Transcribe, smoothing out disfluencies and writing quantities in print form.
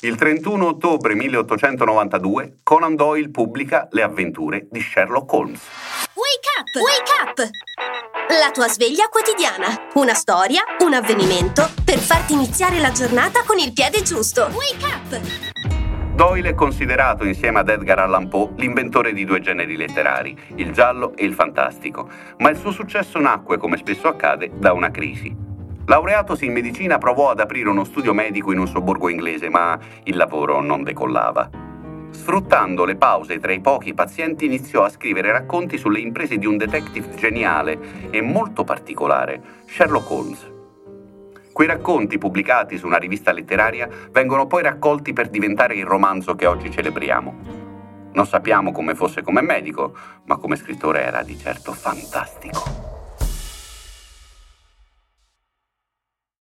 Il 31 ottobre 1892 Conan Doyle pubblica Le avventure di Sherlock Holmes. Wake up! La tua sveglia quotidiana. Una storia, un avvenimento per farti iniziare la giornata con il piede giusto. Wake up! Doyle è considerato, insieme ad Edgar Allan Poe, l'inventore di due generi letterari, il giallo e il fantastico, ma il suo successo nacque, come spesso accade, da una crisi. Laureatosi in medicina, provò ad aprire uno studio medico in un sobborgo inglese, ma il lavoro non decollava. Sfruttando le pause tra i pochi pazienti, iniziò a scrivere racconti sulle imprese di un detective geniale e molto particolare, Sherlock Holmes. Quei racconti, pubblicati su una rivista letteraria, vengono poi raccolti per diventare il romanzo che oggi celebriamo. Non sappiamo come fosse come medico, ma come scrittore era di certo fantastico.